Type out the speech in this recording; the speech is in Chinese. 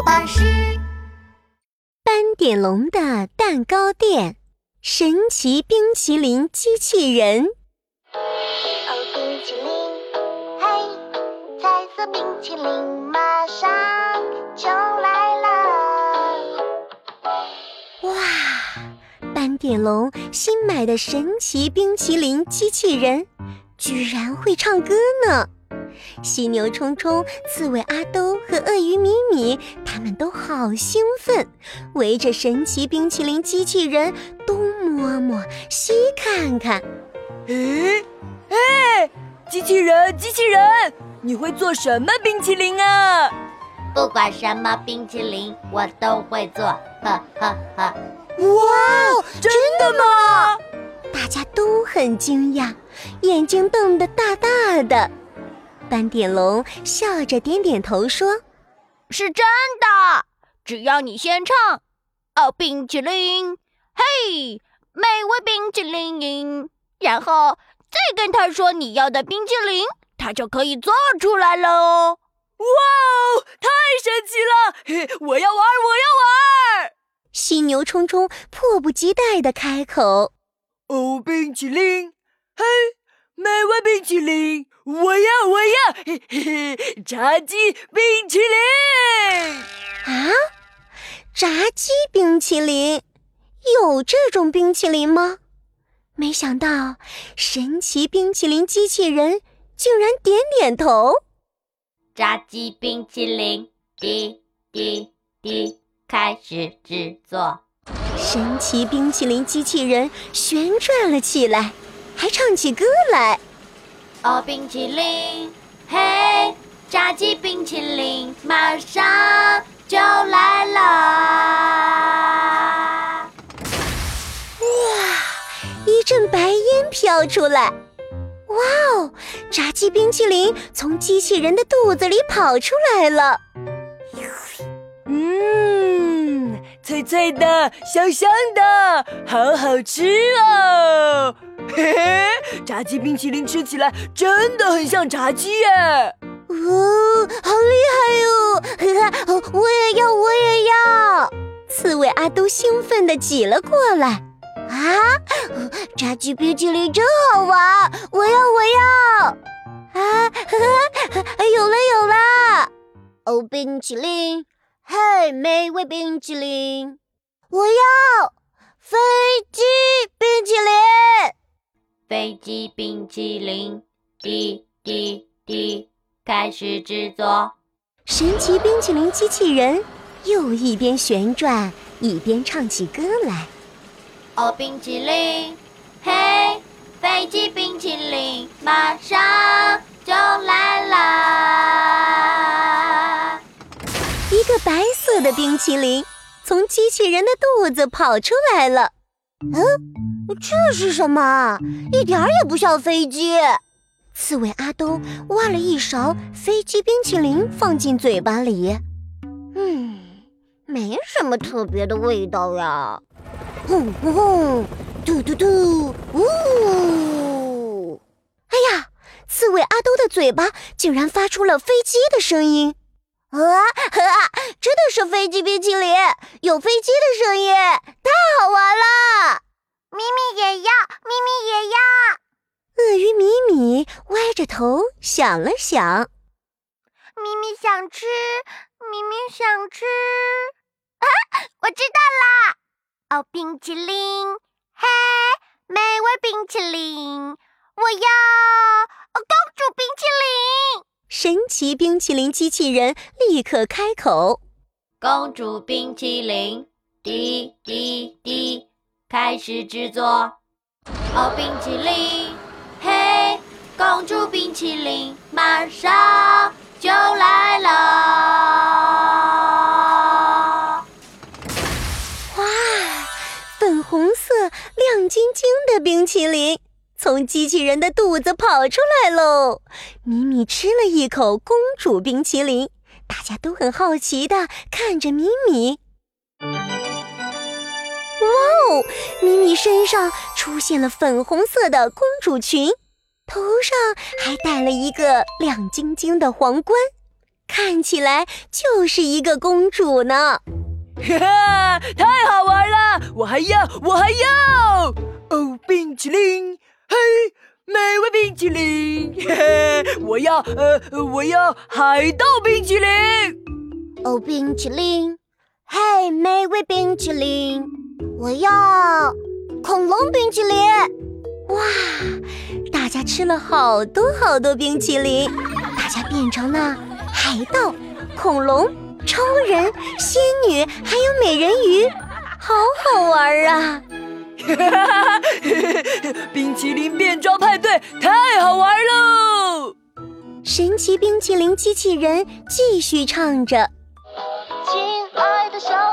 巴士。 斑点龙的蛋糕店，神奇冰淇淋机器人。 哦，冰淇淋，嘿，彩色冰淇淋马上就来了。 哇，斑点龙新买的神奇冰淇淋机器人居然会唱歌呢！犀牛冲冲、刺猬阿兜和鳄鱼米米他们都好兴奋，围着神奇冰淇淋机器人东摸摸西看看。 机器人，你会做什么冰淇淋啊？ 不管什么冰淇淋我都会做，呵呵呵。 哇，真的吗？ 大家都很惊讶，眼睛瞪得大大的。斑点龙笑着点点头说： 是真的，只要你先唱哦，冰淇淋，嘿，美味冰淇淋，然后再跟他说你要的冰淇淋，他就可以做出来了哦。 哇哦，太神奇了！我要玩！ 犀牛冲冲迫不及待地开口： 哦，冰淇淋，嘿，美味冰淇淋，我要炸鸡冰淇淋啊！炸鸡冰淇淋？有这种冰淇淋吗？没想到神奇冰淇淋机器人竟然点点头。 炸鸡冰淇淋，滴滴滴，开始制作。 神奇冰淇淋机器人旋转了起来，还唱起歌来。 哦，冰淇淋，嘿，炸鸡冰淇淋马上就来了。 哇，一阵白烟飘出来。哇哦，炸鸡冰淇淋从机器人的肚子里跑出来了。 脆脆的，香香的，好好吃哦！嘿嘿，炸鸡冰淇淋吃起来真的很像炸鸡耶！ 好厉害哟！我也要！刺猬阿兜兴奋地挤了过来。炸鸡冰淇淋真好玩，我要！有了！哦，冰淇淋，嘿，美味冰淇淋，我要飞机冰淇淋！ 飞机冰淇淋，滴滴滴，开始制作。 神奇冰淇淋机器人又一边旋转一边唱起歌来。 哦，冰淇淋，嘿，飞机冰淇淋马上就来了。 一个白色的冰淇淋从机器人的肚子跑出来了。这是什么？一点也不像飞机。刺猬阿兜挖了一勺飞机冰淇淋放进嘴巴里。没什么特别的味道呀。轰轰轰，嘟嘟嘟，呜！哎呀，刺猬阿兜的嘴巴竟然发出了飞机的声音。真的是飞机冰淇淋，有飞机的声音，太好玩了！ 咪咪也要。 鳄鱼米米歪着头想了想， 咪咪想吃。我知道啦！哦，冰淇淋，嘿，美味冰淇淋，我要公主冰淇淋。 神奇冰淇淋机器人立刻开口： 公主冰淇淋，滴滴滴，开始制作。哦，冰淇淋，嘿，公主冰淇淋马上就来了。 哇，粉红色亮晶晶的冰淇淋从机器人的肚子跑出来喽！米米吃了一口公主冰淇淋，大家都很好奇地看着米米。哇哦，米米身上出现了粉红色的公主裙，头上还戴了一个亮晶晶的皇冠， 看起来就是一个公主呢。 哈哈，太好玩了！我还要！哦，冰淇淋，嘿，美味冰淇淋，嘿嘿，我要海盗冰淇淋。 哦，冰淇淋，嘿，美味冰淇淋，我要恐龙冰淇淋。哇，大家吃了好多好多冰淇淋，大家变成了海盗、恐龙、超人、仙女，还有美人鱼，好好玩啊！ 冰淇淋变装派对太好玩喽！ 神奇冰淇淋机器人继续唱着： 亲爱的小